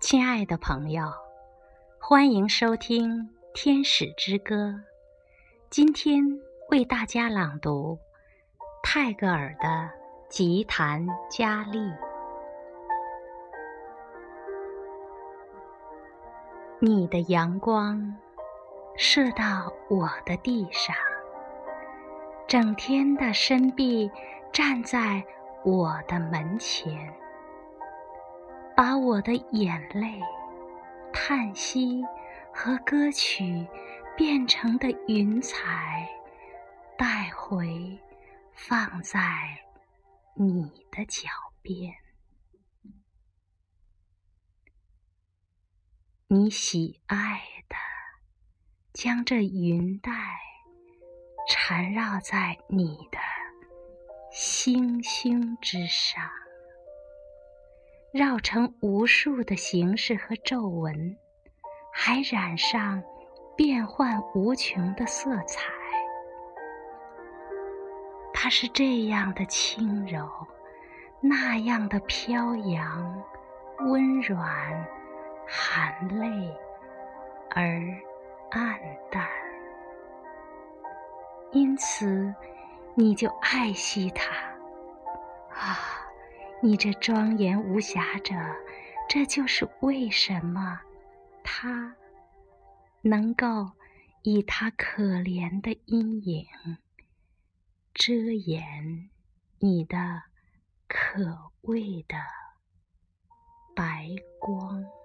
亲爱的朋友，欢迎收听《天使之歌》。今天为大家朗读泰戈尔的《吉檀迦利》。你的阳光射到我的地上，整天的深碧站在我的门前，把我的眼泪、叹息和歌曲变成的云彩带回，放在你的脚边。你喜爱的将这云带缠绕在你的星星之上，绕成无数的形式和皱纹，还染上变幻无穷的色彩。它是这样的轻柔，那样的飘扬、温软、含泪而暗淡，因此你就爱惜它啊！你这庄严无瑕者，这就是为什么他能够以他可怜的阴影遮掩你的可畏的白光。